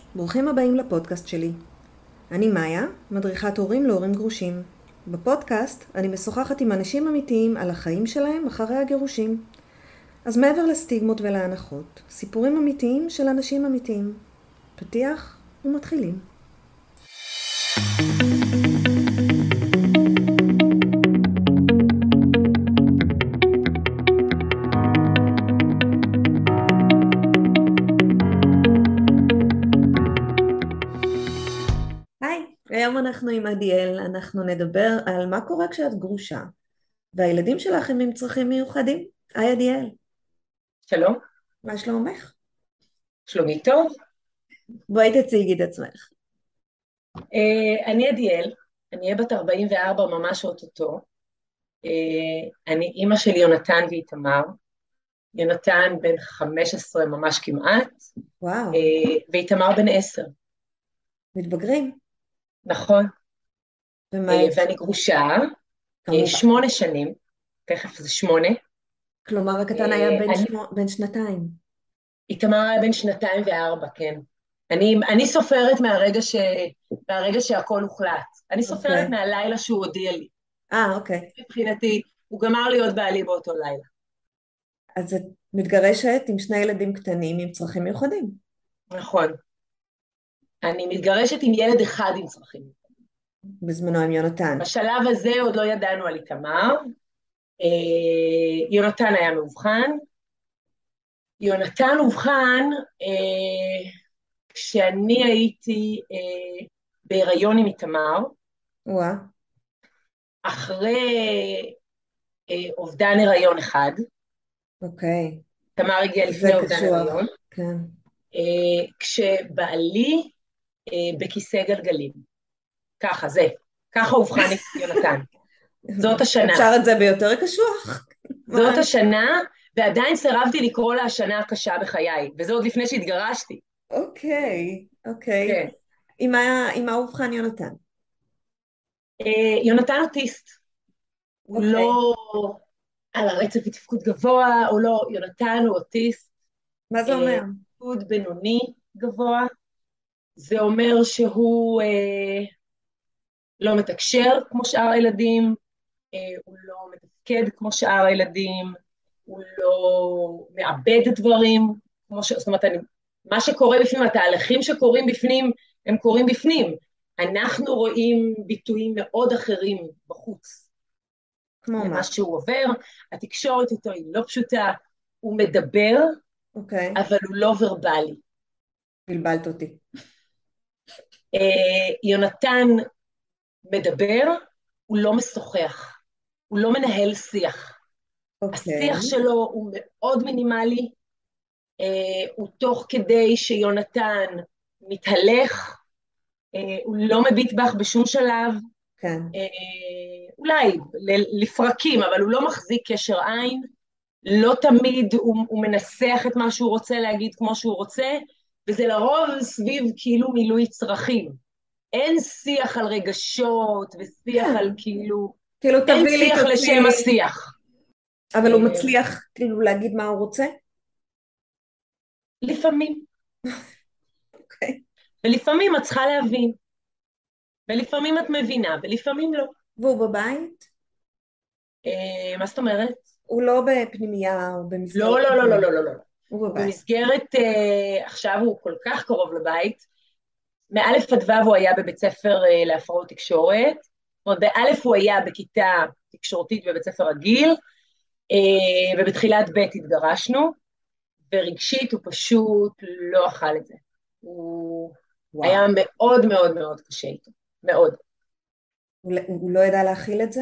ברוכים הבאים לפודקאסט שלי. אני מאיה, מדריכת הורים להורים גרושים. בפודקאסט אני משוחחת עם אנשים אמיתיים על החיים שלהם אחרי הגירושים. אז מעבר לסטיגמות ולהנחות, סיפורים אמיתיים של אנשים אמיתיים. פתיח ומתחילים. היי, היום אנחנו עם עדיאל, אנחנו נדבר על מה קורה כשאת גרושה, והילדים שלך הם עם צרכים מיוחדים. היי עדיאל, שלום, מה שלומך? שלומי טוב. בואי תציגי את עצמך. אני עדיאל, אני אהיה בת 44 ממש אוטוטו. אני אימא של יונתן ואיתמר. יונתן בן 15 ממש כמעט, וואו, ואיתמר בן 10, מתבגרים. נכון. ומה יש? ואני גרושה, כמובן. 8 שנים, תכף זה 8. כלומר, הקטן היה אני, בן שנתיים. איתמר היה בן 2 ו4, כן. אני סופרת מהרגע שהכל הוחלט. אני סופרת אוקיי. מהלילה שהוא הודיע לי. אוקיי. מבחינתי, הוא גמר להיות בעלי באותו לילה. אז את מתגרשת עם שני ילדים קטנים עם צרכים מיוחדים. נכון. אני מתגרשת עם ילד אחד עם צרכים. בזמנו עם יונתן. בשלב הזה עוד לא ידענו על איתמר. יונתן היה מאובחן. יונתן אובחן כשאני הייתי בהיריון עם איתמר, וואה, אחרי אובדן הריון אחד. אוקיי. איתמר הגיע זה לפני אובדן הריון. קשוח. כן. כשבעלי בכיסא גלגלים. ככה, ככה אובחן יונתן. זאת השנה. אפשר את זה ביותר קשוח? זאת מה? השנה, ועדיין סירבתי לקרוא לה השנה הקשה בחיי, וזה עוד לפני שהתגרשתי. אוקיי, אוקיי. כן. עם מה אובחן יונתן? יונתן אוטיסט, הוא אוקיי. לא על הרצף בתפקוד גבוה, הוא לא, יונתן הוא אוטיסט, מה זה אומר? תפקוד בינוני גבוה, זה אומר שהוא לא מתקשר כמו שאר הילדים, הוא לא מתפקד כמו שאר הילדים, הוא לא מאבד דברים, זאת אומרת, מה שקורה בפנים, התהליכים שקורים בפנים, הם קורים בפנים. אנחנו רואים ביטויים מאוד אחרים בחוץ כמו מה? למה שהוא עובר, התקשורת איתו היא לא פשוטה, הוא מדבר, אוקיי. אבל הוא לא ורבלי. בלבלת אותי. יונתן מדבר, הוא לא משוחח, הוא לא מנהל שיח. אוקיי. השיח שלו הוא מאוד מינימלי, הוא תוך כדי שיונתן מתהלך, הוא לא מביט בך בשום שלב, כן. אולי לפרקים, אבל הוא לא מחזיק קשר עין, לא תמיד הוא מנסח את מה שהוא רוצה להגיד כמו שהוא רוצה, וזה לרוב סביב כאילו מילוי צרכים. אין שיח על רגשות ושיח על כן. כאילו, כאילו אין תביא לי, שיח לשם תוציא. השיח. אבל הוא אה, מצליח כאילו להגיד מה הוא רוצה? לפעמים, אוקיי. ולפעמים את צריכה להבין, ולפעמים את מבינה, ולפעמים לא. והוא בבית? מה זאת אומרת? הוא לא בפנימייה או במסגרת לא, לא, לא, לא, טיפולית. לא, לא, לא. הוא הוא בבית. במסגרת, עכשיו הוא כל כך קרוב לבית, מאלף עד ו' הוא היה בבית ספר להפרעות תקשורת, זאת אומרת, באלף הוא היה בכיתה תקשורתית בבית ספר רגיל, ובתחילת ב' התגרשנו, ורגשית הוא פשוט לא אכל את זה. הוא היה וואו. מאוד מאוד מאוד קשה איתו, מאוד. הוא לא ידע להכיל את זה?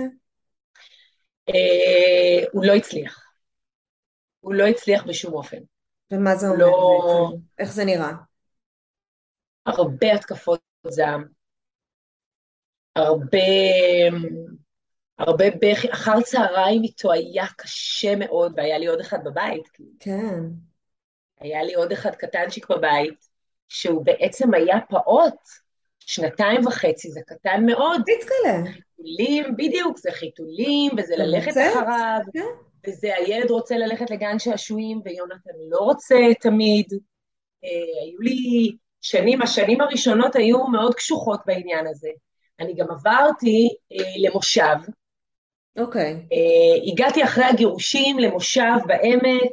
הוא לא הצליח, הוא לא הצליח בשום אופן. ומה זה הוא אומר לא... בעצם? איך זה נראה? הרבה התקפות זעם, הרבה, הרבה בכי, אחר צהריים איתו היה קשה מאוד, והיה לי עוד אחד בבית, כאילו. כן. היה לי עוד אחד קטנצ'יק בבית, שהוא בעצם היה פעוט, 2.5, זה קטן מאוד, פיצקלה. חיתולים, בדיוק, זה חיתולים, וזה ללכת ולצאת? אחריו, כן. וזה הילד רוצה ללכת לגן שעשועים, ויונתן לא רוצה תמיד. היו לי השנים הראשונות היו מאוד קשוחות בעניין הזה. אני גם עברתי למושב, אוקיי. הגעתי אחרי הגירושים למושב בעמק,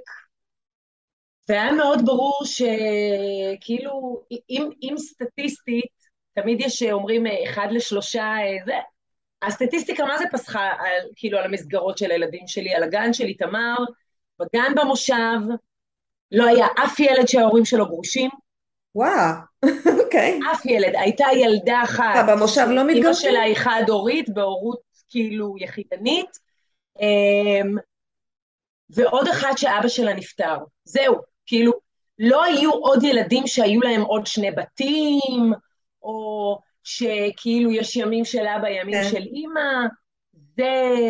והיה מאוד ברור שכאילו, אם סטטיסטית, תמיד יש אומרים 1 ל3, זה, הסטטיסטיקה מה זה פסחה על, כאילו על המסגרות של הילדים שלי, על הגן של איתמר, בגן במושב, לא היה אף ילד שההורים שלו גרושים, וואו, אוקיי. אף ילד, הייתה ילדה אחת במושב לא שאימא מתגרשים? שלה היא חד-הורית, בהורות כאילו יחידנית, אמ, ועוד אחת שאבא שלה נפטר. זהו, כאילו, לא היו עוד ילדים שהיו להם עוד 2 בתים, או שכאילו יש ימים של אבא, ימים של כן. אימא, זה,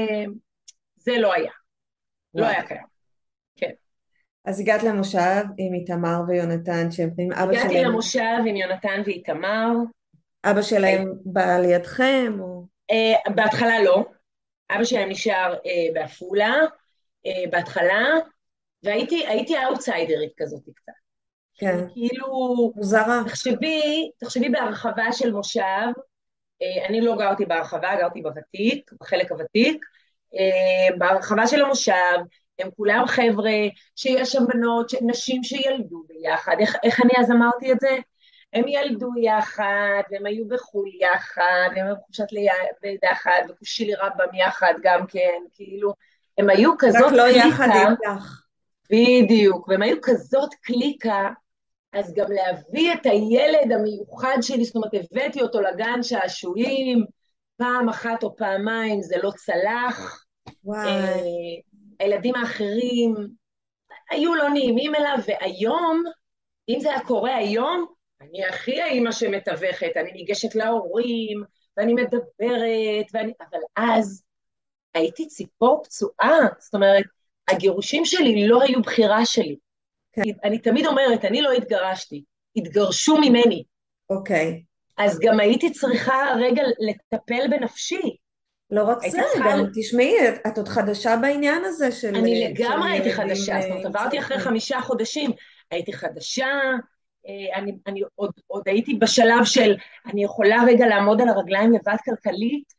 זה לא היה, לא וואו. היה קיים, כן. אז הגעת למושב עם איתמר ויונתן, שהם עם אבא הגעתי שלהם. למושב עם יונתן ואיתמר, אבא שלהם בא לידכם, או... בהתחלה לא, אבא שלהם נשאר בעפולה, בהתחלה, והייתי אאוטסיידרית כזאת קצת. כן. כאילו, מוזרה. תחשבי בהרחבה של מושב, אני לא גרתי בהרחבה, גרתי בוותיק, בחלק הוותיק, בהרחבה של המושב, הם כולם חבר'ה, שיש שם בנות, נשים שילדו ביחד, איך אני אז אמרתי את זה? הם ילדו יחד, והם היו בחו"ל יחד, והם היו בחופשת לידה יחד, וכושילי רבם יחד גם כן, כאילו, הם היו רק כזאת לא יחד קליקה, איתך. בדיוק, והם היו כזאת קליקה, אז גם להביא את הילד המיוחד שלי, זאת אומרת, הבאתי אותו לגן שעשועים, פעם אחת או פעמיים זה לא צלח, וואי. הילדים האחרים היו לא נעימים אליו, והיום, אם זה היה קורה היום, אני הכי האימא שמתווכת, אני ניגשת להורים, ואני מדברת, אבל אז הייתי ציפור פצועה, זאת אומרת, הגירושים שלי לא היו בחירה שלי. כן. אני תמיד אומרת, אני לא התגרשתי, התגרשו ממני. אוקיי. אז גם הייתי צריכה רגע לטפל בנפשי. לא רק זה, הייתי צריכה, גם תשמעי, את עוד חדשה בעניין הזה אני של לגמרי הייתי ילדים חדשה, זאת אומרת, עם עברתי אחרי צרכים. 5 חודשים, הייתי חדשה, אני עוד הייתי בשלב של, אני יכולה רגע לעמוד על הרגליים לבד כלכלית,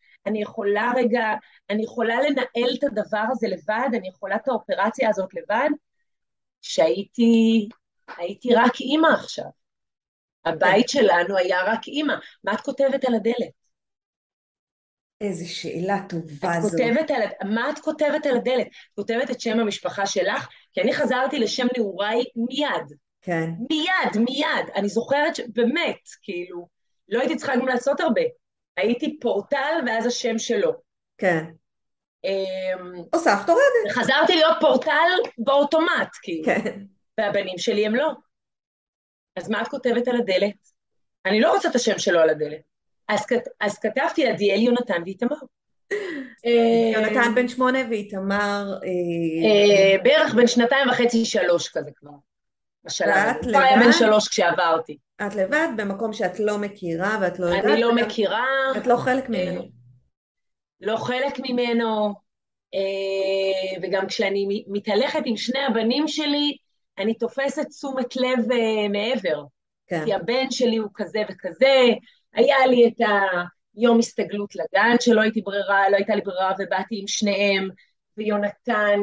אני יכולה לנהל את הדבר הזה לבד, אני יכולה את האופרציה הזאת לבד, הייתי רק אימא עכשיו. כן. הבית שלנו היה רק אימא. מה את כותבת על הדלת? איזו שאלה טובה זו. מה את כותבת על הדלת? את כותבת את שם המשפחה שלך? כי אני חזרתי לשם נעוריי מיד. כן. מיד. אני זוכרת שבאמת, כאילו, לא הייתי צריכה גם לעשות הרבה. הייתי פורטל ואז השם שלו. כן. אמ, הוספת הורדת. וחזרתי להיות פורטל באוטומט, כאילו. כן. והבנים שלי הם לא. אז מה את כותבת על הדלת? אני לא רוצה את השם שלו על הדלת. אז כתבתי עדיאל, יונתן ואיתמר. יונתן בן 8 ואיתמר... בערך בין 2.5-3 כזה כבר, בשלב הזה. ואת הוא כבר היה בן לבד, 3 כשעברתי. את לבד במקום שאת לא מכירה ואת לא יודעת, אני לא וגם מכירה, את לא חלק ממנו. לא חלק ממנו, וגם כשאני מתהלכת עם שני הבנים שלי, אני תופסת תשומת לב מעבר. כן. כי הבן שלי הוא כזה וכזה, היה לי את היום הסתגלות לגן, שלא לא הייתה לי ברירה, ובאתי עם שניהם, ויונתן,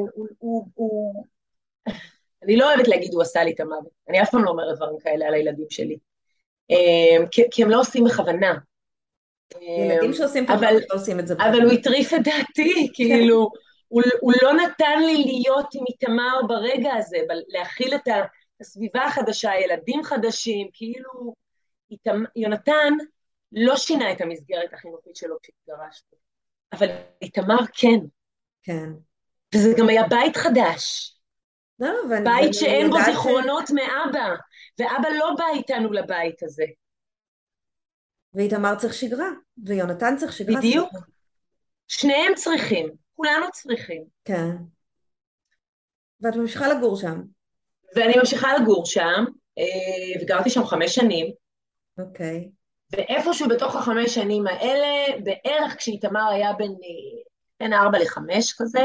אני לא אוהבת להגיד, הוא עשה לי את המוות, אני אף פעם לא אומרת דברים כאלה על הילדים שלי, כי הם לא עושים בכוונה, ילדים שעושים את אבל, הדברים לא עושים את זה אבל בכלל. הוא הטריף את דעתי, כן. כאילו, הוא לא נתן לי להיות עם איתמר ברגע הזה, להכיל את הסביבה החדשה, ילדים חדשים, כאילו, יונתן לא שינה את המסגרת החינוכית שלו כשהתגרשנו, אבל איתמר כן, כן. וזה גם היה בית חדש, לא, בית ואני שאין בו יודעת ש... זיכרונות מאבא, ואבא לא בא איתנו לבית הזה. ואיתמר צריך שגרה, ויונתן צריך שגרה, סליחה. בדיוק, שניהם צריכים, כולנו צריכים. כן. ואת ממשיכה לגור שם. ואני ממשיכה לגור שם, וגרתי שם 5 שנים, אוקיי. ואיפשהו בתוך ה5 שנים האלה, בערך כשאיתמר היה בין 4 ל5 כזה,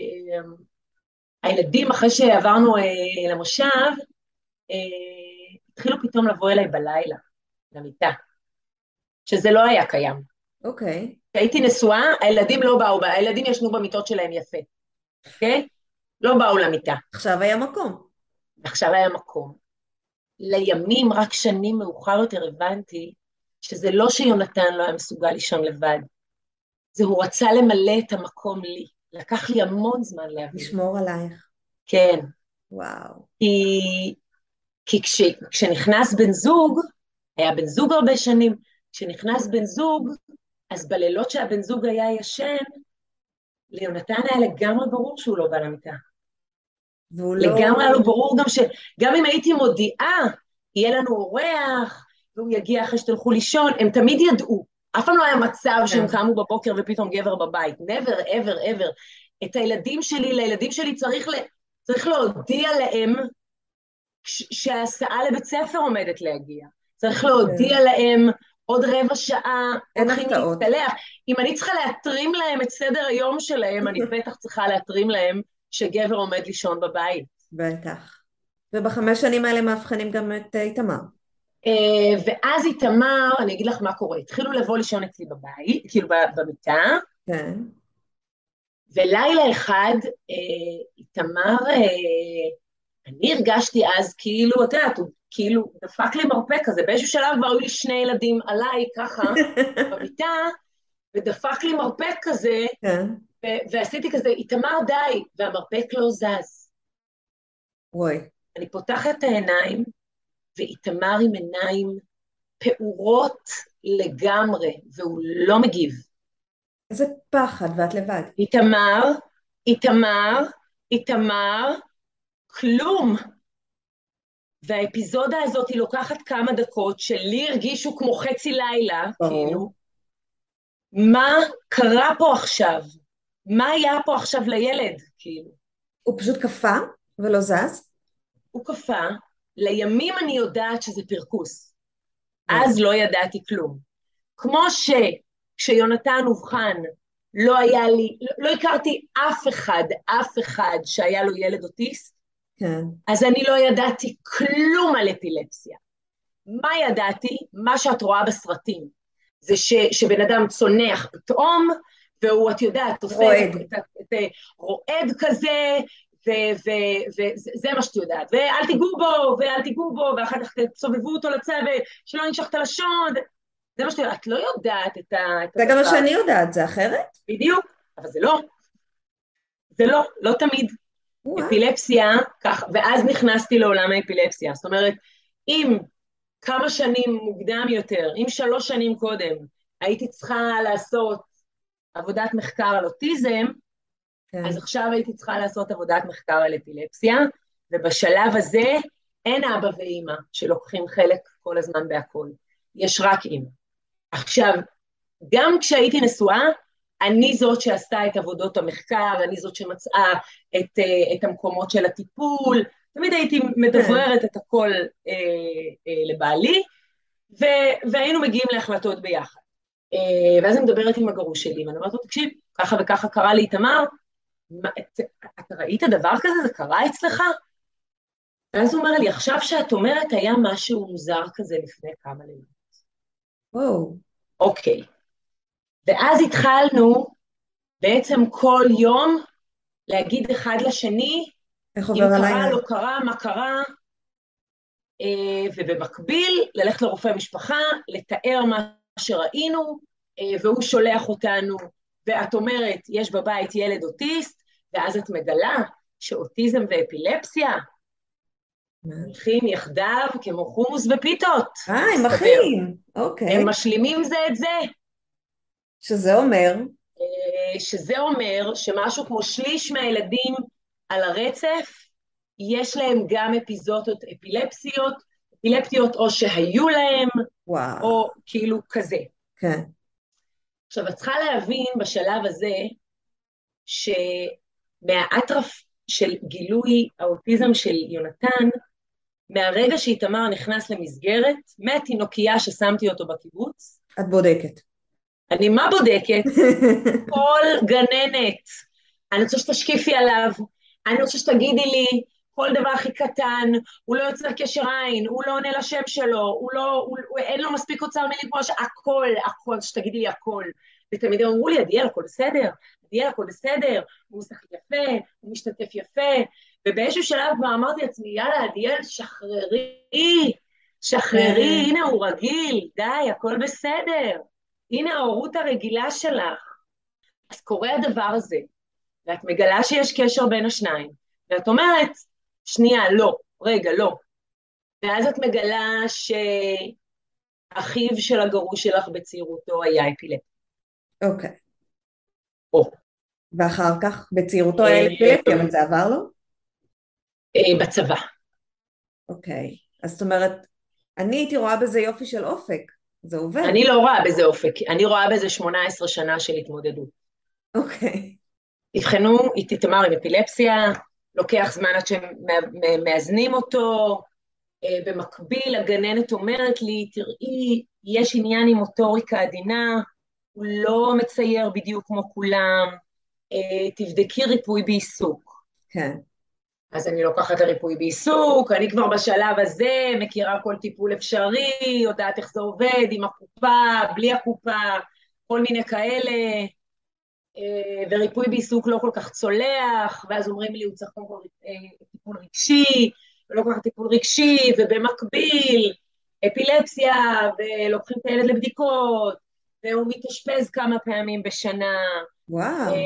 הילדים אחרי שעברנו למושב, התחילו פתאום לבוא אליי בלילה, למיטה, שזה לא היה קיים. אוקיי. כשהייתי נשואה, הילדים לא באו, הילדים ישנו במיטות שלהם יפה, אוקיי? לא באו למיטה. עכשיו היה מקום. עכשיו היה מקום. לימים, רק שנים מאוחר יותר הבנתי, שזה לא שיונתן לא היה מסוגל לישון לבד, זה הוא רצה למלא את המקום לי. לקח לי המון זמן להבין. לשמור עלייך. כן. וואו. כי כשנכנס בן זוג, היה בן זוג הרבה שנים, כשנכנס בן זוג, אז בלילות שהבן זוג היה ישן, ליונתן היה לגמרי ברור שהוא לא בא למיטה. והוא לא... לגמרי היה לו ברור גם שגם אם הייתי מודיעה, יהיה לנו אורח, והוא יגיע אחרי שתלכו לישון, הם תמיד ידעו. אף פעם לא היה מצב שהם קמו בבוקר ופתאום גבר בבית. never, ever, ever. את הילדים שלי, לילדים שלי צריך להודיע להם שההסעה לבית ספר עומדת להגיע. צריך להודיע להם עוד רבע שעה, הולכים להתקלח. אם אני צריכה להתרים להם את סדר היום שלהם, אני בטח צריכה להתרים להם שגבר עומד לישון בבית. בטח. וב5 שנים האלה מאבחנים גם את איתמר. ואז איתמר, אני אגיד לך מה קורה, התחילו לבוא לישון אצלי בבית, כאילו במיטה, כן. ולילה אחד, איתמר, אני הרגשתי אז כאילו, אתה יודעת, הוא כאילו דפק לי מרפא כזה, באיזשהו שלב כבר היו לי 2 ילדים עליי ככה, במיטה, ודפק לי מרפא כזה, כן. ועשיתי כזה, איתמר די, והמרפק לא זז. וואי. אני פותחת את העיניים, ואיתמר עם עיניים פעורות לגמרי, והוא לא מגיב. איזה פחד, ואת לבד. איתמר, כלום. והאפיזודה הזאת היא לוקחת כמה דקות, שלי הרגישו כמו חצי לילה, כאילו. מה קרה פה עכשיו? מה היה פה עכשיו לילד, כאילו? הוא פשוט קפא ולא זז? הוא קפא, לימים אני יודעת שזה פרקוס. אז לא ידעתי כלום. כמו כשיונתן אובחן, לא היה לי, לא הכרתי אף אחד שהיה לו ילד אוטיסט, כן. אז אני לא ידעתי כלום על אפילפסיה. מה ידעתי? מה שאת רואה בסרטים. זה שבן אדם צונח פתאום, והוא, את יודעת, עושה רועד כזה, וזה מה שאת יודעת. ואל תיגעו בו, ואחר כך תסובבו אותו לצוות, שלא ננשך את הלשון. זה מה שאת יודעת. את לא יודעת את זה גם מה שאני יודעת, זה אחרת? בדיוק, אבל זה לא. זה לא תמיד. אפילפסיה, כך, ואז נכנסתי לעולם האפילפסיה. זאת אומרת, אם כמה שנים מוקדם יותר, אם 3 שנים קודם, הייתי צריכה לעשות עבודת מחקר על אוטיזם, אז עכשיו הייתי צריכה לעשות עבודת מחקר על אפילפסיה, ובשלב הזה אין אבא ואמא שלוקחים חלק כל הזמן בהכל. יש רק אמא. עכשיו, גם כשהייתי נשואה, אני זאת שעשתה את עבודות המחקר, אני זאת שמצאה את המקומות של הטיפול, תמיד הייתי מדבררת את הכל לבעלי, והיינו מגיעים להחלטות ביחד. ואז אני מדברת עם הגרוש שלי, ואני אומרת לו, תקשיב, ככה וככה קרה לי איתמר, אתה ראית דבר כזה? זה קרה אצלך? ואז הוא אומר לי, עכשיו שאת אומרת, היה משהו מוזר כזה לפני כמה לילות. וואו. אוקיי. ואז התחלנו בעצם כל יום להגיד אחד לשני, אם קרה, לא קרה, מה קרה, ובמקביל ללכת לרופא משפחה, לתאר מה שראינו, והוא שולח אותנו, ואת אומרת, יש בבית ילד אוטיסט, ואז את מגלה שאוטיזם ואפילפסיה הולכים יחדיו כמו חומוס ופיתות. הם אחים, אוקיי. הם משלימים זה את זה. שזה אומר? שזה אומר שמשהו כמו 1/3 מהילדים על הרצף, יש להם גם אפיזודות אפילפטיות, או שהיו להם, או כאילו כזה. כן. עכשיו, את צריכה להבין בשלב הזה, שמהאטרף של גילוי האוטיזם של יונתן, מהרגע שאיתמר נכנס למסגרת, מהתינוקייה ששמתי אותו בקיבוץ, את בודקת. אני מה בודקת? כל גננת. אני רוצה שתשקיפי עליו, אני רוצה שתגידי לי, כל דבר הכי קטן, הוא לא יוצר קשר עין, הוא לא עונה לשם שלו, אין לו מספיק אוצר מילים כמו הכל, שתגידי לי הכל. ותמיד הם אמרו לי, עדיאל, הכל בסדר, עדיאל, הכל בסדר, הוא משחק יפה, הוא משתתף יפה, ובאיזשהו שלב כבר אמרתי לעצמי, יאללה, עדיאל, שחררי, הנה הוא רגיל, די, הכל בסדר, הנה ההורות הרגילה שלך. אז קורה הדבר הזה, ואת מגלה שיש קשר בין השניים, ואת אומרת, שנייה, לא, רגע, לא. ואז את מגלה שאחיו של הגרוש שלך בצעירותו היה אפילפטי. אוקיי. או. ואחר כך, בצעירותו היה אפילפטי, אבל זה עבר לו? בצבא. אוקיי. אז זאת אומרת, אני הייתי רואה בזה יופי של אופק. זה עובד. אני לא רואה בזה אופק, אני רואה בזה 18 שנה של התמודדות. אוקיי. הבחנו איתי תמר עם אפילפסיה, לוקח זמן עד שמאזנים אותו, במקביל הגננת אומרת לי, תראי, יש עניין עם מוטוריקה עדינה, הוא לא מצייר בדיוק כמו כולם, תבדקי ריפוי בעיסוק. כן. אז אני לוקחת לריפוי בעיסוק, אני כבר בשלב הזה מכירה כל טיפול אפשרי, יודעת איך זה עובד, עם הקופה, בלי הקופה, כל מיני כאלה, וריפוי בעיסוק לא כל כך צולח, ואז אומרים לי, הוא צריך קודם כל טיפול רגשי, ולא כל כך טיפול רגשי, ובמקביל, אפילפסיה, ולוקחים את הילד לבדיקות, והוא מתאשפז כמה פעמים בשנה. וואו.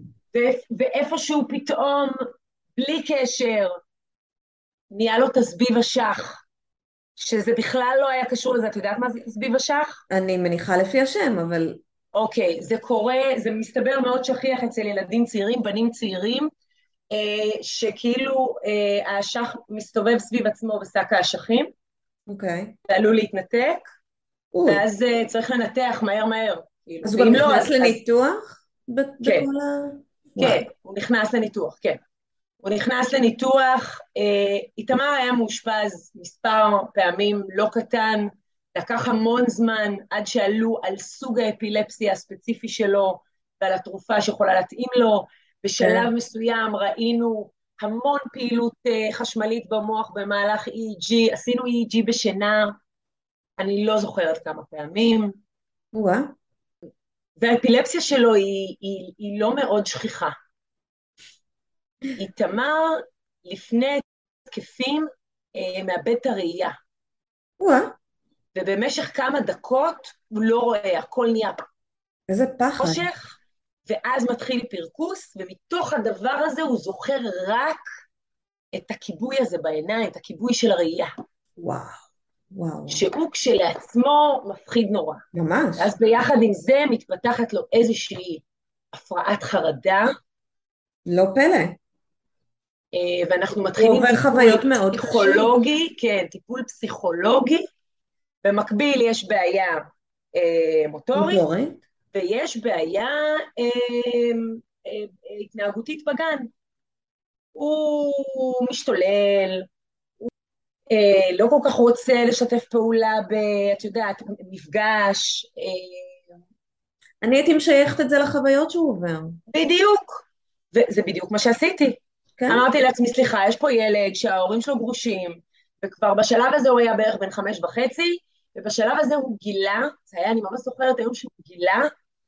ואיפשהו פתאום, בלי קשר, נהיה לו תסביב אשך, שזה בכלל לא היה קשור לזה. את יודעת מה זה תסביב אשך? אני מניחה לפי השם, אבל... אוקיי, זה קורה, זה מסתבר מאוד שכיח אצל ילדים צעירים, בנים צעירים, שכאילו האשך מסתובב סביב עצמו בשק האשכים, אוקיי. ועלול להתנתק, אוי. ואז צריך לנתח מהר מהר. אז הוא גם נכנס לניתוח? כן, כן, הוא נכנס לניתוח, כן. הוא נכנס לניתוח, איתמר היה מאושפז מספר פעמים לא קטן, לקח המון זמן עד שעלו על סוג האפילפסיה הספציפי שלו, ועל התרופה שיכולה להתאים לו. בשלב מסוים ראינו המון פעילות חשמלית במוח במהלך EEG, עשינו EEG בשינה, אני לא זוכרת כמה פעמים. והאפילפסיה שלו היא לא מאוד שכיחה. איתמר לפני התקפים מאבד את הראייה. ובמשך כמה דקות הוא לא רואה, הכל נהיה איזה פחד. חושך, ואז מתחיל פרקוס, ומתוך הדבר הזה הוא זוכר רק את הכיבוי הזה בעיניים, את הכיבוי של הראייה. וואו. שהוא כשלעצמו מפחיד נורא. ממש. אז ביחד עם זה מתפתחת לו איזושהי הפרעת חרדה. לא פלא. ואנחנו מתחילים הוא עובר חוויות מאוד פסיכולוגי, כן, טיפול פסיכולוגי, במקביל יש בעיה מוטורית, ויש בעיה התנהגותית בגן. הוא משתולל, הוא לא כל כך רוצה לשתף פעולה את יודעת, מפגש. אני הייתי משייכת את זה לחוויות שהוא עובר. בדיוק, וזה בדיוק מה שעשיתי. כן? אמרתי לעצמי, סליחה, יש פה ילד שההורים שלו גרושים, וכבר בשלב הזה הוא היה בערך בן 5.5, ובשלב הזה הוא גילה, זה היה, אני ממש זוכרת היום שהוא גילה,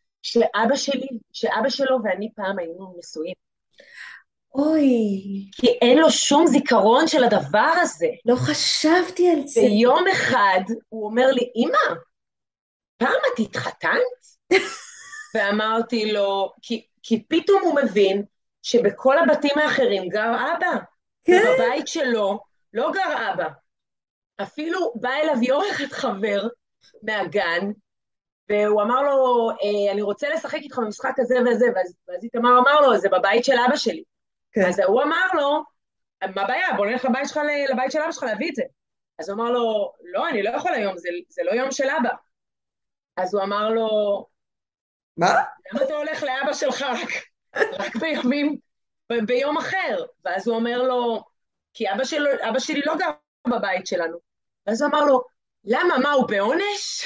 שאבא שלו ואני פעם היינו נשואים. אוי. כי אין לו שום זיכרון של הדבר הזה. לא חשבתי על זה. ויום אחד הוא אומר לי, אמא, פעם את התחתנת? ואמרתי לו, כי פתאום הוא מבין שבכל הבתים האחרים גר אבא. כן. ובבית שלו לא גר אבא. אפילו בא אליו יום אחד חבר מהגן, והוא אמר לו, אני רוצה לשחק איתך במשחק הזה וזה, ואז איתמר אמר לו, זה בבית של אבא שלי. כן. אז הוא אמר לו, מה הבעיה? בוא נלך לבית של אבא שלך להביא את זה. אז הוא אמר לו, לא, אני לא יכול היום, זה לא יום של אבא. אז הוא אמר לו, מה? למה אתה הולך לאבא שלך רק ביום אחר? ואז הוא אומר לו, כי אבא שלי לא גר בבית שלנו. ואז הוא אמר לו, למה, מה, הוא בעונש?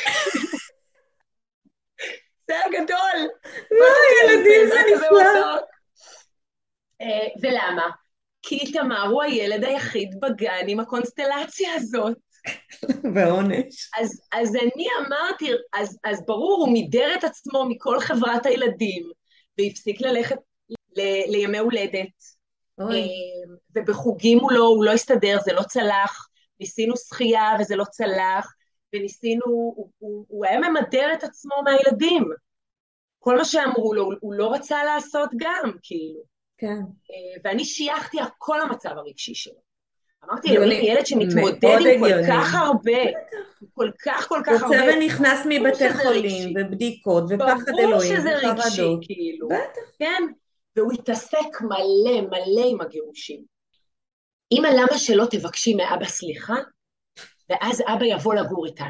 זה הגדול. לא, ילדים זה נפלא. ולמה? כי איתמר הוא הילד היחיד בגן עם הקונסטלציה הזאת. ועונש. אז אני אמרתי, אז ברור, הוא מידר את עצמו מכל חברת הילדים, והפסיק ללכת לימי הולדת, אוי, ובחוגים הוא לא הסתדר, זה לא צלח, ניסינו שחייה וזה לא צלח, וניסינו, הוא היה ממדר את עצמו מהילדים. כל מה שאמרו לו, הוא לא רצה לעשות גם, כאילו. כן. ואני שייכתי הכל למצב הרגשי שלו. אמרתי, אלוהים, הגיוני, ילד שמתמודד מאוד עם כל כך הגיוני. הרבה, עם כל כך יוצא הרבה, ונכנס ברור מבתי שזה חולים, רגשי, ובדיקות, ופחד ברור אלוהים, שזה רגשי, וחרדות. כאילו, בטח. כן? והוא התעסק מלא מלא עם הגירושים. אמא, למה שלא תבקשי מאבא סליחה, ואז אבא יבוא לגור איתנו?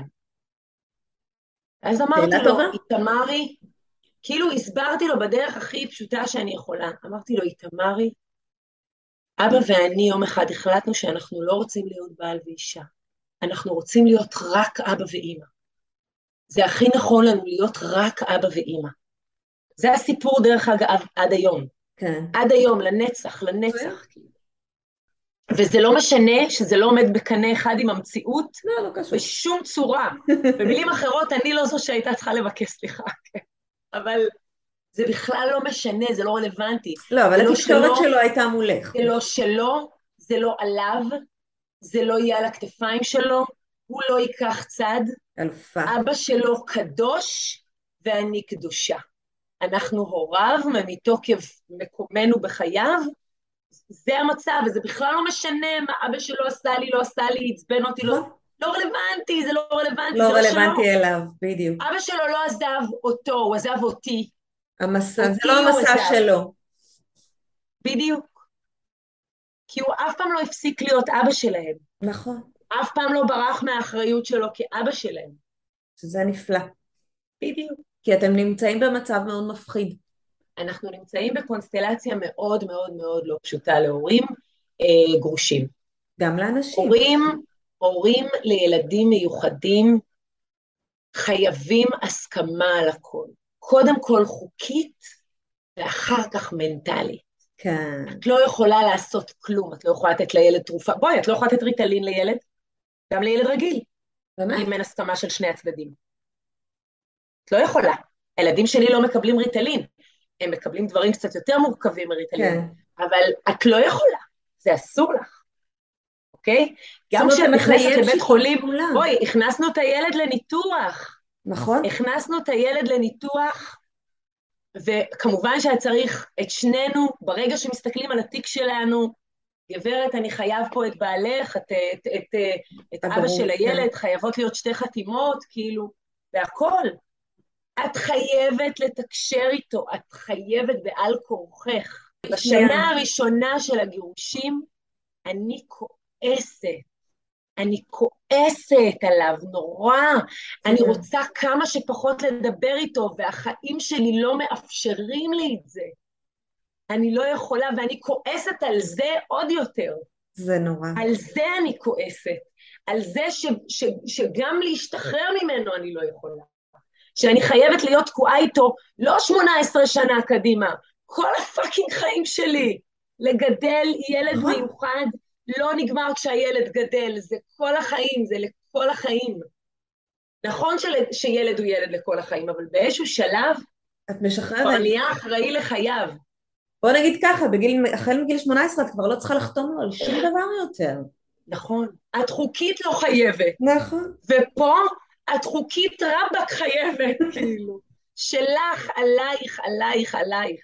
אז שאלה אמרתי לו, טובה. איתמרי, כאילו הסברתי לו בדרך הכי פשוטה שאני יכולה, אמרתי לו, איתמרי, אבא ואני יום אחד החלטנו שאנחנו לא רוצים להיות בעל ואישה, אנחנו רוצים להיות רק אבא ואימא. זה הכי נכון לנו להיות רק אבא ואימא. זה הסיפור דרך אגב עד היום. כן. עד היום, לנצח, מצוין. לנצח. וזה לא משנה שזה לא עומד בקנה אחד עם המציאות לא, לא קשור. בשום צורה. במילים אחרות, אני לא זו שהייתה צריכה לבקש סליחה, כן? אבל זה בכלל לא משנה, זה לא רלוונטי. לא, אבל זה לא התקשורת שלו, שלו הייתה מולך. זה לא שלו, זה לא עליו, זה לא יהיה על הכתפיים שלו, הוא לא ייקח צד, אלופה. אבא שלו קדוש ואני קדושה. אנחנו הוריו מתוקף מקומנו בחייו, זה המצב, וזה בכלל לא משנה מה אבא שלו עשה לי, לא עשה לי, עצבן אותי, לא, נכון. לא רלוונטי, זה לא רלוונטי, לא זה לא שלו. רלוונטי אליו, בדיוק. אבא שלו לא עזב אותו, הוא עזב אותי, המסע, זה לא אותי הוא המסע עזב, שלו. בדיוק. כי הוא אף פעם לא הפסיק להיות אבא שלהם, נכון. אף פעם לא ברח מהאחריות שלו כאבא שלהם, שזה נפלא. בדיוק. כי אתם נמצאים במצב מאוד מפחיד. אנחנו נמצאים בקונסטלציה מאוד מאוד מאוד לא פשוטה להורים גרושים. גם לאנשים. הורים, הורים לילדים מיוחדים חייבים הסכמה על הכל. קודם כל חוקית, ואחר כך מנטלית. כן. את לא יכולה לעשות כלום, את לא יכולה לתת לילד תרופה. בואי, את לא יכולה לתת ריטלין לילד, גם לילד רגיל, באמת? אם אין הסכמה של שני הצדדים. את לא יכולה. הילדים שלי לא מקבלים ריטלין, הם מקבלים דברים קצת יותר מורכבים מריטלין, כן. אבל את לא יכולה, זה אסור לך. אוקיי? זאת גם אומרת, זה כשאת נכנסת מחייב לבית שיתוף חולים, פעולה. בואי, הכנסנו את הילד לניתוח. נכון? הכנסנו את הילד לניתוח, וכמובן שהיה צריך את שנינו, ברגע שמסתכלים על התיק שלנו, גברת, אני חייב פה את בעלך, את אבא של הגרוש, כן. הילד, חייבות להיות שתי חתימות, כאילו, והכל. את חייבת לתקשר איתו, את חייבת בעל כורכך. שנייה. בשנה הראשונה של הגירושים, אני כועסת. אני כועסת עליו, נורא. אני כן. רוצה כמה שפחות לדבר איתו, והחיים שלי לא מאפשרים לי את זה. אני לא יכולה, ואני כועסת על זה עוד יותר. זה נורא. על זה אני כועסת. על זה שגם להשתחרר ממנו אני לא יכולה. שאני חייבת להיות תקועה איתו לא 18 שנה קדימה, כל הפאקינג חיים שלי. לגדל ילד נכון? מיוחד לא נגמר כשהילד גדל, זה כל החיים, זה לכל החיים. נכון שילד הוא ילד לכל החיים, אבל באיזשהו שלב את כבר משחררת. נהיה אחראי לחייו. בוא נגיד ככה, החל מגיל 18 את כבר לא צריכה לחתום לו על שום דבר יותר. נכון. את חוקית לא חייבת, נכון. ופה את חוקית רבק חייבת, כאילו. שלך, עלייך, עלייך, עלייך.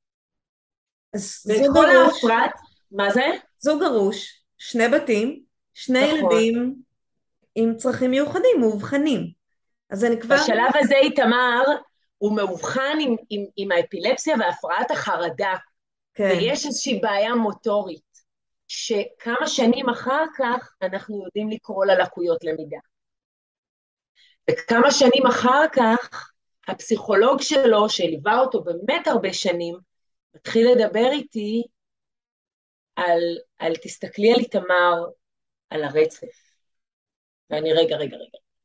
אז ואת זוג כל גרוש, הפרט, מה זה? זוג גרוש, שני בתים, שני נכון. ילדים עם צרכים מיוחדים, מאובחנים. אז אני כבר... בשלב הזה איתמר, הוא מאובחן עם האפילפסיה והפרעת החרדה, כן. ויש איזושהי בעיה מוטורית, שכמה שנים אחר כך אנחנו יודעים לקרוא ללקויות למידה. וכמה שנים אחר כך, הפסיכולוג שלו, שליווה אותו באמת הרבה שנים, מתחיל לדבר איתי על תסתכלי על איתמר, על הרצף. ואני רגע.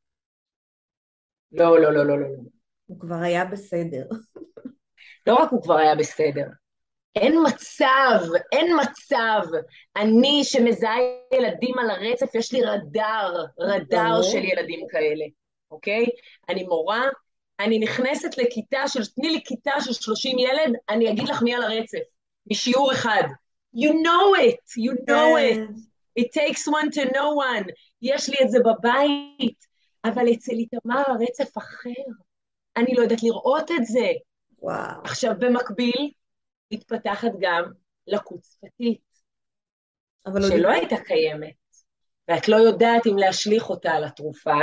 לא, לא, לא, לא, לא. הוא כבר היה בסדר. לא רק הוא כבר היה בסדר, אין מצב, אין מצב. אני שמזהה ילדים על הרצף, יש לי רדאר של ברור. ילדים כאלה, אוקיי? אני מורה, אני נכנסת לכיתה תני לי כיתה של 30 ילד, אני אגיד לך מי על הרצף, משיעור אחד. You know it, you know it. כן, It takes one to know one. יש לי את זה בבית, אבל אצל איתמר הרצף אחר. אני לא יודעת לראות את זה. וואו. עכשיו, במקביל, מתפתחת גם לקות שפתית, אבל הוא שלא דיבר. הייתה קיימת, ואת לא יודעת אם להשליך אותה על התרופה,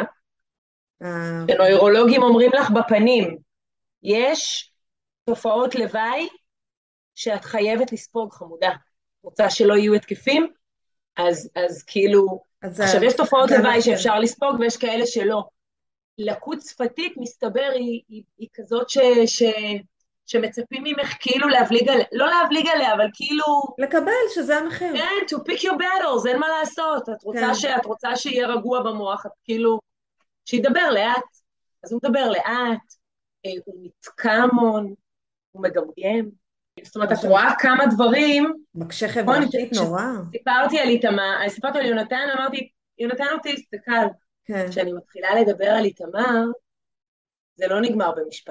אוקיי. שנוירולוגים אומרים לך בפנים, יש תופעות לוואי שאת חייבת לספוג, חמודה. רוצה שלא יהיו התקפים? אז כאילו, אז זה עכשיו יש תופעות גן לוואי אחר. שאפשר לספוג ויש כאלה שלא. לקות שפתית, מסתבר, היא כזאת שמצפים ממך כאילו להבליג עליה, לא להבליג עליה, אבל כאילו, לקבל שזה המחיר. כן, to pick your battles, אין מה לעשות. כן. את רוצה שיהיה רגוע במוח, את כאילו, שידבר לאט. אז הוא מדבר לאט, הוא נתקע המון, הוא מגמגם. זאת אומרת, את עכשיו, רואה כמה דברים, מקשה נכון, חברתית נורא. כשסיפרתי על איתמר, סיפרתי על יונתן, אמרתי, יונתן אוטיסט, זה קל. כן. כשאני מתחילה לדבר על איתמר, זה לא נגמר במשפט.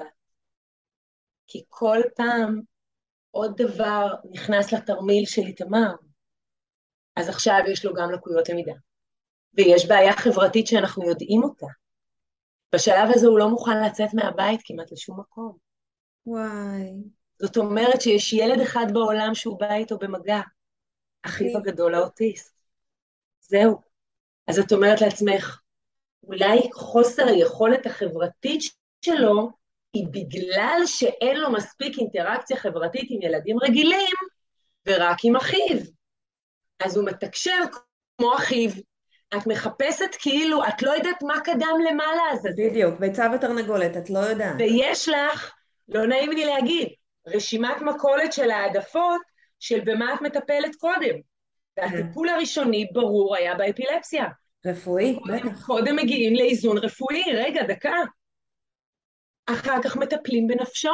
כי כל פעם עוד דבר נכנס לתרמיל של איתמר. אז עכשיו יש לו גם לקויות למידה. ויש בעיה חברתית שאנחנו יודעים אותה. בשלב הזה הוא לא מוכן לצאת מהבית כמעט לשום מקום. וואי. זאת אומרת שיש ילד אחד בעולם שהוא בא איתו במגע, אחיו אחיו. הגדול האוטיסט. זהו. אז את אומרת לעצמך, אולי חוסר היכולת החברתית שלו היא בגלל שאין לו מספיק אינטראקציה חברתית עם ילדים רגילים, ורק עם אחיו. אז הוא מתקשר כמו אחיו. את מחפשת כאילו, את לא יודעת מה קדם למעלה הזה. בדיוק, ביצה ותרנגולת, את לא יודעת. ויש לך, לא נעים לי להגיד, רשימת מכולת של העדפות של במה את מטפלת קודם. כן. והטיפול הראשוני ברור היה באפילפסיה. רפואי, בטח. קודם מגיעים לאיזון רפואי, רגע, דקה. אחר כך מטפלים בנפשו.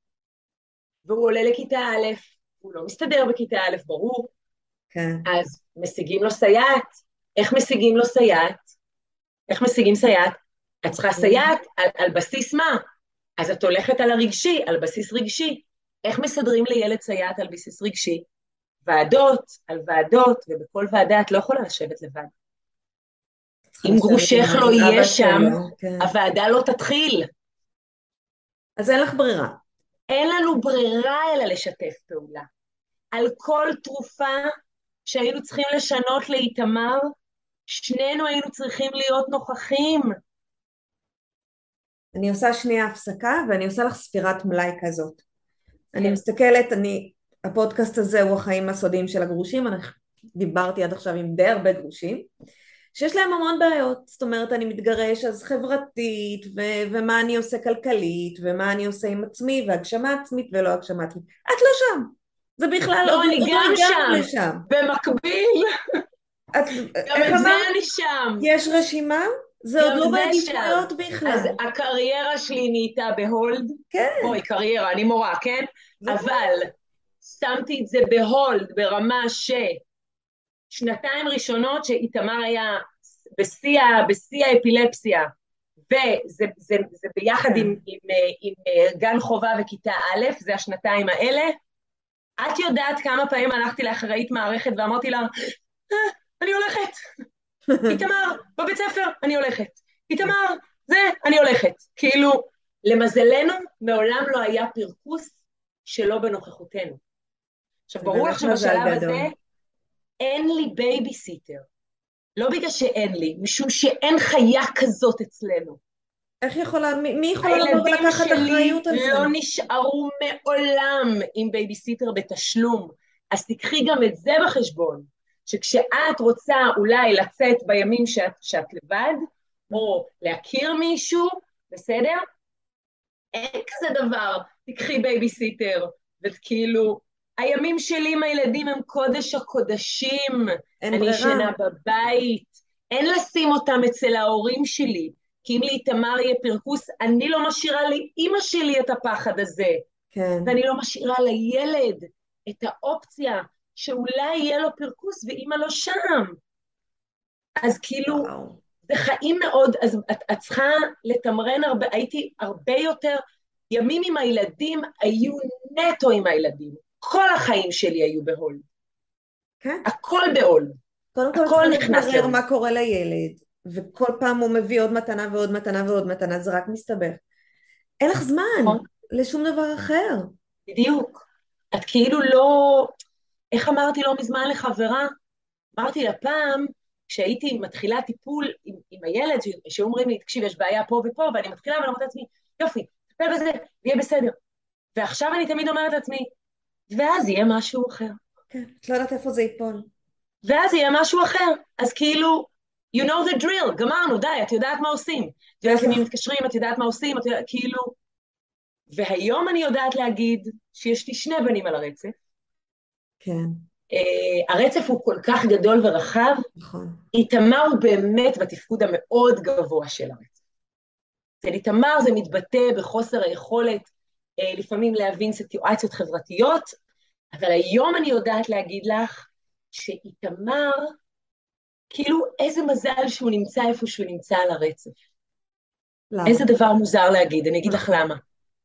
והוא עולה לכיתה א', הוא לא מסתדר בכיתה א', ברור. כן. אז משיגים לו סייעת. איך משיגים לו סייעת? איך משיגים סייעת? את צריכה סייעת על בסיס מה? אז את הולכת על הרגשי, על בסיס רגשי. איך מסדרים לילד סייעת על בסיס רגשי? ועדות על ועדות, ובכל ועדה את לא יכולה לשבת לבד. צריכה אם לשבת גרושך לא עם יהיה אבא שם, שלו, כן. הוועדה לא תתחיל. אז אין לך ברירה. אין לנו ברירה אלא לשתף פעולה. על כל תרופה שהיינו צריכים לשנות לאיתמר, שנינו היינו צריכים להיות נוכחים. אני עושה שנייה הפסקה ואני עושה לך ספירת מלאי כזאת. אני כן. מסתכלת, הפודקאסט הזה הוא החיים הסודיים של הגרושים, אני דיברתי עד עכשיו עם די הרבה גרושים, שיש להם המון בעיות, זאת אומרת אני מתגרש אז חברתית, ומה אני עושה כלכלית, ומה אני עושה עם עצמי, והגשמה עצמית ולא הגשמה עצמית. את לא שם, זה בכלל לא, עוד אני לא גם הגענו שם, לשם. במקביל, את, גם איך את זה אמרת? אני שם, יש רשימה? זה עוד גם לא זה שם. בעדיפויות אז בכלל. הקריירה שלי נהייתה בהולד, כן, בואי, קריירה, אני מורה, כן? זה אבל שמתי את זה בהולד ברמה ששנתיים ראשונות שאיתמר היה בשיא האפילפסיה, וזה ביחד כן. עם גן חובה וכיתה א', זה השנתיים האלה. את יודעת כמה פעמים הלכתי לאחראית מערכת ואמרתי לה, אני הולכת, איתמר, בבית ספר, אני הולכת, איתמר, אני הולכת. כאילו, למזלנו, מעולם לא היה פרקוס שלא בנוכחותנו. עכשיו, זה ברור לך באמת מזל שבשלב הזה גדול. אין לי בייביסיטר. לא בגלל שאין לי, משום שאין חיה כזאת אצלנו. איך יכולה, מי יכולה לבוא הילדים ולקחת שלי אחריות על זה? לא נשארו מעולם עם בייביסיטר בתשלום, אז תקחי גם את זה בחשבון, שכשאת רוצה אולי לצאת בימים שאת לבד, או להכיר מישהו, בסדר? אין כזה דבר, תקחי בייביסיטר, וכאילו, הימים שלי עם הילדים הם קודש הקודשים, אין אני ברירה. ישנה בבית, אין לשים אותם אצל ההורים שלי, כי אם לאיתמר יהיה פרקוס, אני לא משאירה לאמא שלי את הפחד הזה, כן. ואני לא משאירה לילד את האופציה שאולי יהיה לו פרקוס ואמא לא שם. אז כאילו, וואו. זה חיים מאוד, אז את צריכה לתמרן הרבה, הייתי הרבה יותר, ימים עם הילדים היו נטו עם הילדים. כל החיים שלי היו בהולד. כן. הכל בהולד. קודם כל הכל צריכה נכנס לברר להולד. מה קורה לילד, וכל פעם הוא מביא עוד מתנה ועוד מתנה ועוד מתנה, זה רק מסתבך. אין לך זמן נכון? לשום דבר אחר. בדיוק. את כאילו לא, איך אמרתי לא מזמן לחברה? אמרתי לה פעם, כשהייתי מתחילה טיפול עם הילד, שאומרים לי, תקשיב, יש בעיה פה ופה, ואני מתחילה ואני אומרת לעצמי, יופי, תטפל בזה, ויהיה בסדר. ועכשיו אני תמיד אומרת לעצמי, ואז יהיה משהו אחר. כן, את לא יודעת איפה זה ייפול. ואז יהיה משהו אחר. אז כאילו, you know the drill, גמרנו, די, את יודעת מה עושים. את יודעת יש למי לך, מתקשרים, את יודעת מה עושים, את יודעת, כאילו... והיום אני יודעת להגיד שיש לי שני בנים על הרצף. כן, הרצף הוא כל כך גדול ורחב, נכון. איתמר הוא באמת בתפקוד המאוד גבוה של הרצף. אצל איתמר זה מתבטא בחוסר היכולת לפעמים להבין סיטואציות חברתיות, אבל היום אני יודעת להגיד לך שאיתמר, כאילו איזה מזל שהוא נמצא איפה שהוא נמצא על הרצף. למה? איזה דבר מוזר להגיד, אני אגיד לך נכון. למה.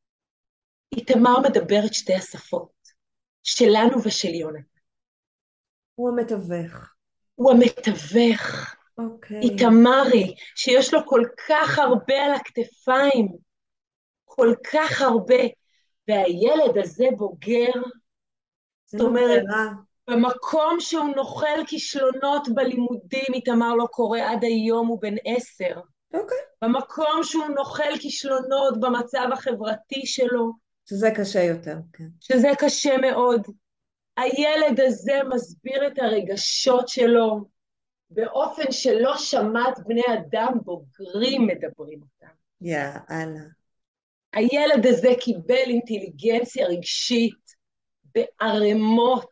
איתמר מדבר את שתי השפות, שלנו ושל יונה. הוא המתווך. הוא המתווך. אוקיי. איתמרי, שיש לו כל כך הרבה על הכתפיים, כל כך הרבה, והילד הזה בוגר, זאת אין לו אומרת, ברירה. במקום שהוא נוכל כישלונות בלימודים, איתמר לא קורא עד היום, הוא בן 10. אוקיי. במקום שהוא נוכל כישלונות במצב החברתי שלו, שזה קשה יותר, כן. שזה קשה מאוד. הילד הזה מסביר את הרגשות שלו באופן שלא שמעת בני אדם בוגרים מדברים אותם. יאללה. הילד הזה קיבל אינטליגנציה רגשית בערימות,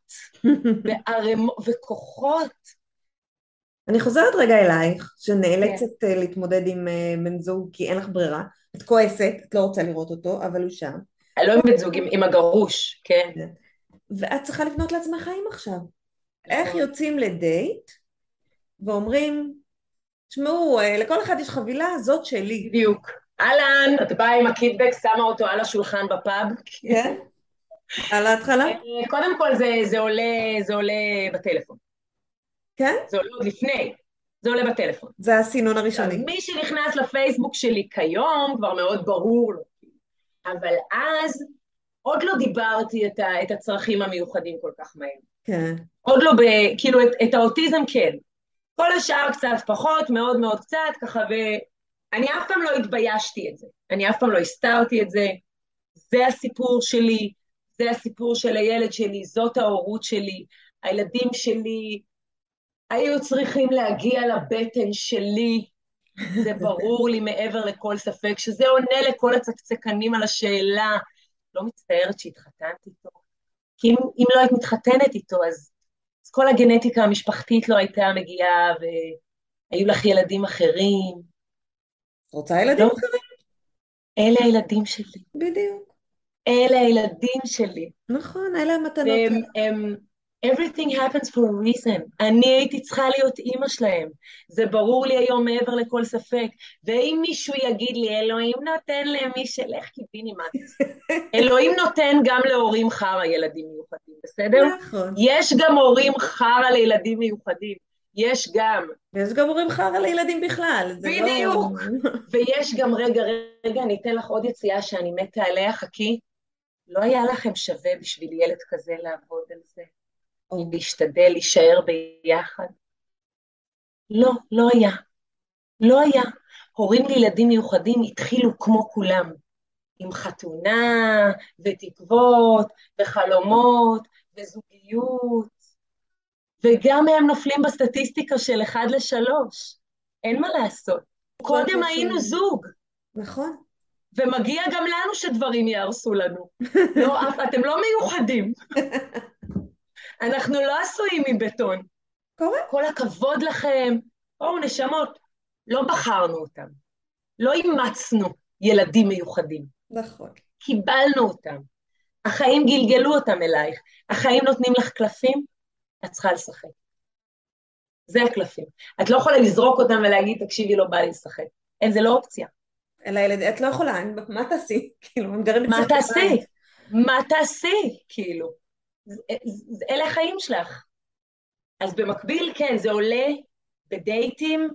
וכוחות. אני חוזרת רגע אלייך, כן. שנאלצת להתמודד עם בן זוג כי אין לך ברירה. את כועסת, את לא רוצה לראות אותו, אבל הוא שם. לא עם בן זוג, עם הגרוש, כן. כן. ואת צריכה לבנות לעצמך חיים עכשיו. איך נכון. יוצאים לדייט ואומרים, תשמעו, לכל אחד יש חבילה, זאת שלי. בדיוק. אהלן, את באה עם הקיטבג, שמה אותו על השולחן בפאב. כן? על ההתחלה? קודם כל זה עולה בטלפון. כן? זה עולה עוד לפני. זה עולה בטלפון. זה הסינון עכשיו, הראשוני. מי שנכנס לפייסבוק שלי כיום, כבר מאוד ברור לו. אבל אז עוד לא דיברתי את הצרכים המיוחדים כל כך מהר. כן. עוד לא, כאילו את האוטיזם כן. כל השאר קצת פחות, מאוד מאוד קצת, ככה, ואני אף פעם לא התביישתי את זה. אני אף פעם לא הסתרתי את זה. זה הסיפור שלי, זה הסיפור של הילד שלי, זאת ההורות שלי. הילדים שלי היו צריכים להגיע לבטן שלי, זה ברור לי מעבר לכל ספק, שזה עונה לכל הצקצקנים על השאלה, לא מצטערת שהתחתנתי איתו, כי אם לא היית מתחתנת איתו, אז כל הגנטיקה המשפחתית לא הייתה מגיעה, והיו לך ילדים אחרים. רוצה ילדים לא, אחרים? אלה הילדים שלי. בדיוק. אלה הילדים שלי. נכון, אלה המתנות והם, שלך. everything happens for a reason. אני הייתי צריכה להיות אימא שלהם. זה ברור לי היום מעבר לכל ספק. ואם מישהו יגיד לי, אלוהים נותן למי שלך קיבינימט. אלוהים נותן גם להורים חרא ילדים מיוחדים, בסדר? נכון. יש גם הורים חרא לילדים מיוחדים. יש גם. ויש גם הורים חרא לילדים בכלל, זה לא... בדיוק. ויש גם, רגע, אני אתן לך עוד יציאה שאני מתה עליה, חכי. לא היה לכם שווה בשביל ילד כזה לעבוד על זה. או, להשתדל, להישאר ביחד. לא, לא היה. לא היה. הורים לילדים מיוחדים התחילו כמו כולם, עם חתונה, ותקוות, וחלומות, וזוגיות, וגם הם נופלים בסטטיסטיקה של 1-3. אין מה לעשות. קודם היינו זוג, נכון. ומגיע גם לנו שדברים יהרסו לנו. לא, אתם לא מיוחדים. אנחנו לא עשויים מבטון. קורה. כל הכבוד לכם. בואו, נשמות, לא בחרנו אותם. לא אימצנו ילדים מיוחדים. נכון. קיבלנו אותם. החיים גלגלו אותם אלייך, החיים נותנים לך קלפים, את צריכה לשחק. זה הקלפים. את לא יכולה לזרוק אותם ולהגיד, תקשיבי, לא בא לי לשחק. אין, זה לא אופציה. אלא את לא יכולה, מה תעשי? כאילו, הם גרים מה אצלך תעשי? בבית. מה תעשי? כאילו. אלה החיים שלך. אז במקביל, כן, זה עולה בדייטים.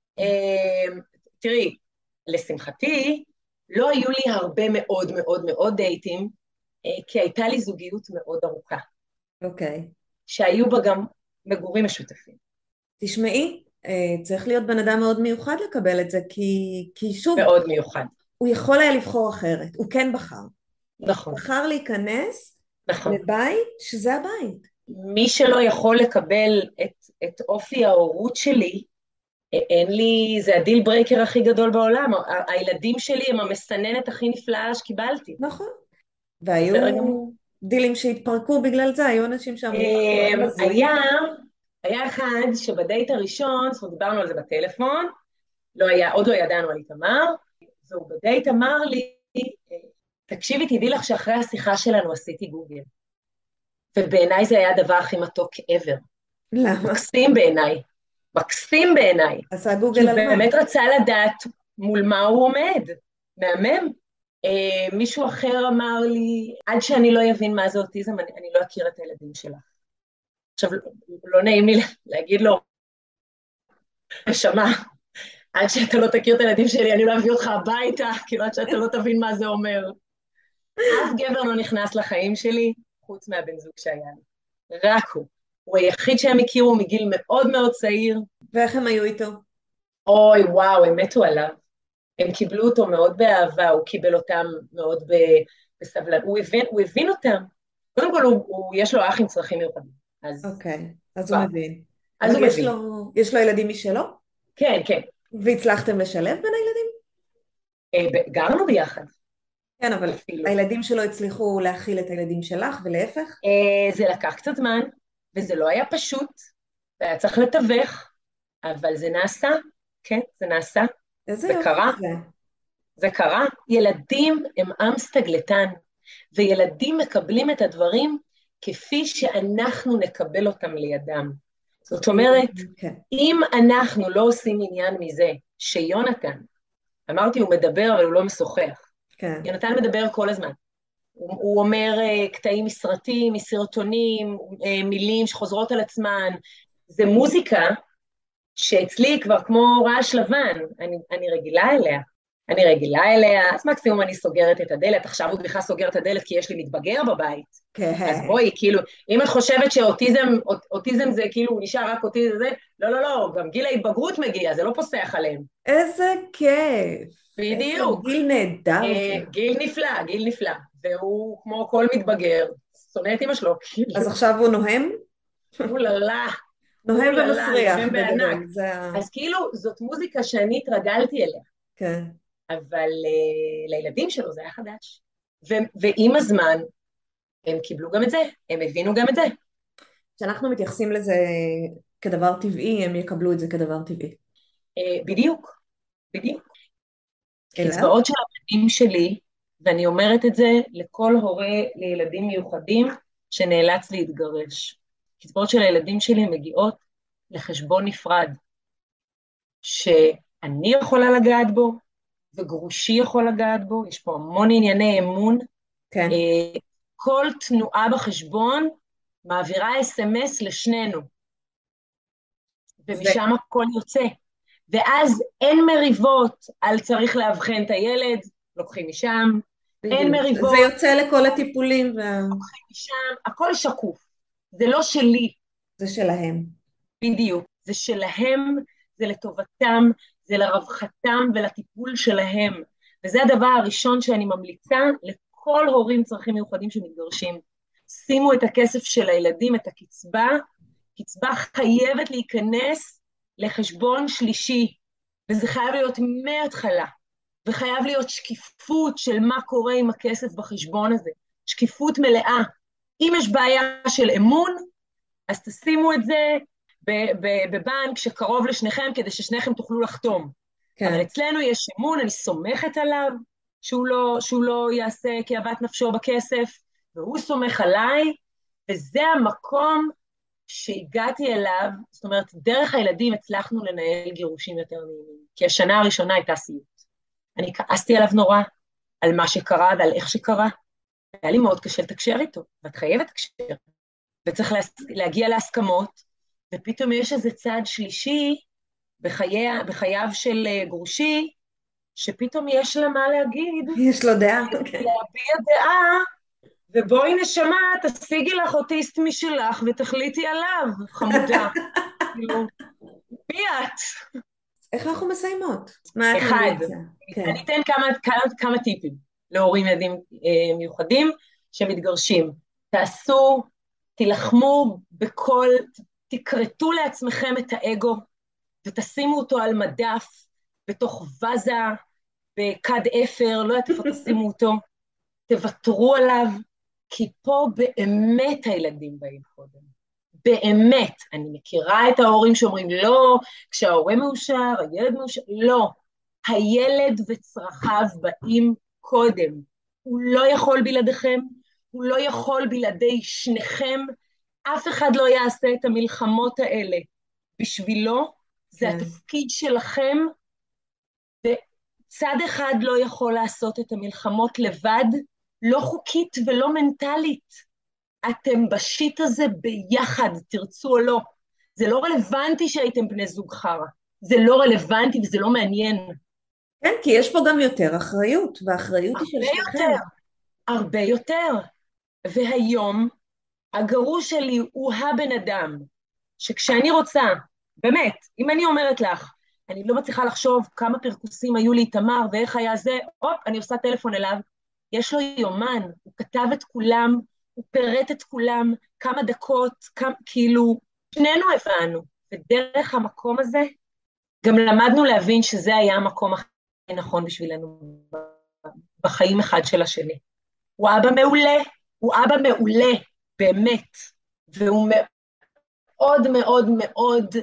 תראי, לשמחתי, לא היו לי הרבה מאוד מאוד מאוד דייטים, כי הייתה לי זוגיות מאוד ארוכה, אוקיי. שהיו בה גם מגורים משותפים. תשמעי, צריך להיות בן אדם מאוד מיוחד לקבל את זה, כי שוב, מאוד מיוחד. הוא יכול היה לבחור אחרת, הוא כן בחר. נכון, בחר להיכנס נכון. לבית שזה הבית. מי שלא יכול לקבל את אופי ההורות שלי, אין לי, זה הדיל ברייקר הכי גדול בעולם. הילדים שלי הם המסננת הכי נפלאה שקיבלתי. נכון. והיו בסדר גמור. דילים שהתפרקו בגלל זה, היו אנשים שאמרו משהו, הם הזויים. היה אחד שבדייט הראשון, זאת אומרת, דיברנו על זה בטלפון, עוד לא ידענו על איתמר, והוא בדייט אמר לי, תקשיבי, תדעי לך שאחרי השיחה שלנו עשיתי גוגל. ובעיניי זה היה הדבר הכי מתוק ever. למה? מקסים בעיניי. מקסים בעיניי. עשה כי גוגל הוא על מה? באמת רצה לדעת מול מה הוא עומד. מהמם. מישהו אחר אמר לי, עד שאני לא אבין מה זה אוטיזם, אני לא אכיר את הילדים שלך. עכשיו, לא נעים לי להגיד לו, נשמה, עד שאתה לא תכיר את הילדים שלי, אני לא אביא אותך הביתה, כאילו עד שאתה לא תבין מה זה אומר. אף גבר לא נכנס לחיים שלי, חוץ מהבן זוג שהיה לי. רק הוא. הוא היחיד שהם הכירו מגיל מאוד מאוד צעיר. ואיך הם היו איתו? אוי, וואו, הם מתו עליו. הם קיבלו אותו מאוד באהבה, הוא קיבל אותם מאוד בסבלנות. הוא הבין אותם. קודם כל, יש לו אח עם צרכים מיוחדים. אוקיי, אז הוא מבין. אז אבל הוא מבין. יש לו ילדים משלו? כן, כן. והצלחתם לשלב בין הילדים? גרנו ביחד. כן, אבל אפילו. הילדים שלו הצליחו להכיל את הילדים שלך, ולהפך? זה לקח קצת זמן, וזה לא היה פשוט, והיה צריך לתווך, אבל זה נעשה, כן, זה נעשה. איזה זה יופי קרה. זה. זה קרה. ילדים הם עם סטגלטן, וילדים מקבלים את הדברים כפי שאנחנו נקבל אותם לידם. זאת אומרת, כן. אם אנחנו לא עושים עניין מזה שיונתן, אמרתי, הוא מדבר, אבל הוא לא משוחח. כן. יונתן מדבר כל הזמן. הוא אומר קטעים מסרטים, מסרטונים, מילים שחוזרות על עצמן. זה מוזיקה שאצלי כבר כמו רעש לבן, אני רגילה אליה. אני רגילה אליה, אז מקסימום אני סוגרת את הדלת, עכשיו הוא בכלל סוגר את הדלת כי יש לי מתבגר בבית. כן. אז בואי, כאילו, אם את חושבת שאוטיזם זה כאילו, הוא נשאר רק אוטיזם זה, לא, לא, לא, גם גיל ההתבגרות מגיע, זה לא פוסח עליהם. איזה כיף. בדיוק. איזה גיל נהדר זה. גיל נפלא, גיל נפלא. והוא כמו כל מתבגר, שונא את אמא שלו. אז עכשיו הוא נוהם? אוללה. נוהם ומסריח נוהם בגדול. בענק. אז כאילו, זאת מוזיקה שאני התרגלתי אליה. כן. אבל לילדים שלו זה היה חדש. ועם הזמן, הם קיבלו גם את זה, הם הבינו גם את זה. כשאנחנו מתייחסים לזה כדבר טבעי, הם יקבלו את זה כדבר טבעי. בדיוק, בדיוק. אלא? קצבאות של הבנים שלי, ואני אומרת את זה לכל הורה לילדים מיוחדים שנאלץ להתגרש. קצבאות של הילדים שלי מגיעות לחשבון נפרד, שאני יכולה לגעת בו, וגרושי יכול לגעת בו, יש פה המון ענייני אמון. כן. כל תנועה בחשבון מעבירה אס.אם.אס לשנינו, ומשם הכל יוצא. ואז אין מריבות על צריך להבחן את הילד, לוקחים משם, אין מריבות. זה יוצא לכל הטיפולים. לוקחים משם, הכל שקוף. זה לא שלי. זה שלהם. בדיוק. זה שלהם, זה לטובתם, זה לרווחתם ולטיפול שלהם. וזה הדבר הראשון שאני ממליצה לכל הורים צרכים מיוחדים שמתגרשים. שימו את הכסף של הילדים, את הקצבה, קצבה חייבת להיכנס לחשבון שלישי, וזה חייב להיות מההתחלה, וחייב להיות שקיפות של מה קורה עם הכסף בחשבון הזה, שקיפות מלאה. אם יש בעיה של אמון, אז תשימו את זה בבנק שקרוב לשניכם, כדי ששניכם תוכלו לחתום. כן. אבל אצלנו יש אמון, אני סומכת עליו, שהוא לא יעשה כאוות נפשו בכסף, והוא סומך עליי, וזה המקום שהגעתי אליו, זאת אומרת, דרך הילדים הצלחנו לנהל גירושים יותר נעימים, כי השנה הראשונה הייתה סיוט. אני כעסתי עליו נורא, על מה שקרה ועל איך שקרה, היה לי מאוד קשה לתקשר איתו, ואת חייבת לתקשר, וצריך להגיע להסכמות, ופתאום יש איזה צעד שלישי בחייו של גרושי, שפתאום יש לה מה להגיד, יש לו דעה. להביע דעה, ובואי נשמה, תשיגי לך אוטיסט משלך ותחליטי עליו, חמודה. כאילו, מי את? איך אנחנו מסיימות? מה את אחד, ממליצה? כן. אני אתן כמה טיפים להורים ילדים מיוחדים שמתגרשים. תילחמו בכל, תקרטו לעצמכם את האגו, ותשימו אותו על מדף, בתוך וזה, בכד אפר, לא יודעת איפה תשימו אותו, תוותרו עליו, כי פה באמת הילדים באים קודם. באמת, אני מכירה את ההורים שאומרים, לא, כשההורה מאושר, הילד מאושר, לא. הילד וצרכיו באים קודם. הוא לא יכול בלעדיכם, הוא לא יכול בלעדי שניכם, אף אחד לא יעשה את המלחמות האלה. בשבילו, זה התפקיד שלכם, וצד אחד לא יכול לעשות את המלחמות לבד, לא חוקית ולא מנטלית. אתם בשיט הזה ביחד, תרצו או לא. זה לא רלוונטי שהייתם בני זוג חרא. זה לא רלוונטי וזה לא מעניין. כן, כי יש פה גם יותר אחריות, והאחריות היא של שניכם. הרבה יותר. והיום, הגרוש שלי הוא הבן אדם, שכשאני רוצה, באמת, אם אני אומרת לך, אני לא מצליחה לחשוב כמה פרקוסים היו לי תמר ואיך היה זה, אני עושה טלפון אליו, יש לו יומן, הוא כתב את כולם, הוא פירט את כולם, כמה דקות, כאילו, שנינו הבנו, ודרך המקום הזה, גם למדנו להבין שזה היה המקום הכי נכון בשבילנו, בחיים אחד של השני. הוא אבא מעולה, הוא אבא מעולה, באמת, והוא מאוד מאוד מאוד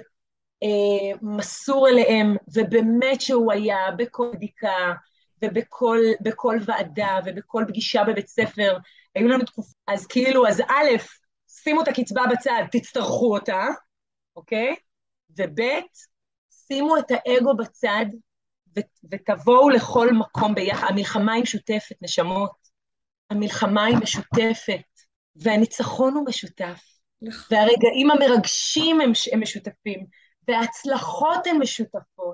מסור אליהם, ובאמת שהוא היה בכל בדיקה, ובכל ועדה, ובכל פגישה בבית ספר, היו לנו תקופה, אז כאילו, אז א', שימו את הקצבה בצד, תצטרכו אותה, אוקיי? וב', שימו את האגו בצד, ותבואו לכל מקום ביחד. המלחמה היא משותפת, נשמות. המלחמה היא משותפת, והניצחון הוא משותף. והרגעים המרגשים הם משותפים, וההצלחות הן משותפות.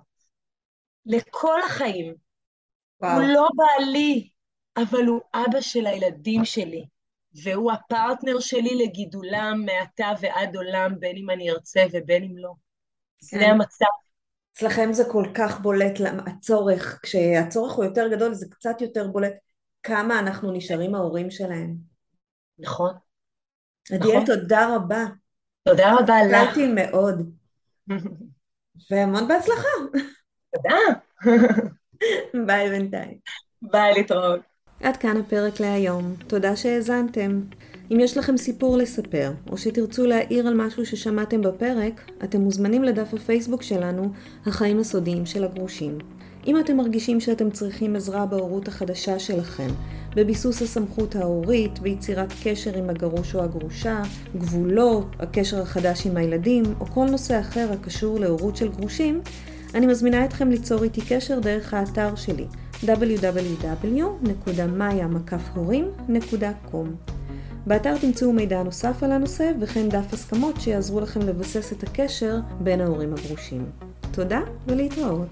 לכל החיים. הוא לא בעלי, אבל הוא אבא של הילדים שלי, והוא הפרטנר שלי לגידולם מעתה ועד עולם, בין אם אני ארצה ובין אם לא. זה המצב. אצלכם זה כל כך בולט, הצורך, כשהצורך הוא יותר גדול, זה קצת יותר בולט, כמה אנחנו נשארים ההורים שלהם. נכון. עדיאל, תודה רבה. תודה רבה לך. קלתי מאוד. והמון בהצלחה. תודה. ביי בינתיים. ביי, להתראות. עד כאן הפרק להיום. תודה שהאזנתם. אם יש לכם סיפור לספר, או שתרצו להעיר על משהו ששמעתם בפרק, אתם מוזמנים לדף הפייסבוק שלנו, החיים הסודיים של הגרושים. אם אתם מרגישים שאתם צריכים עזרה בהורות החדשה שלכם, בביסוס הסמכות ההורית, ביצירת קשר עם הגרוש או הגרושה, גבולות, הקשר החדש עם הילדים, או כל נושא אחר הקשור להורות של גרושים, אני מזמינה אתכם ליצור איתי קשר דרך האתר שלי, www.maya-horim.com. באתר תמצאו מידע נוסף על הנושא וכן דף הסכמות שיעזרו לכם לבסס את הקשר בין ההורים הגרושים. תודה ולהתראות.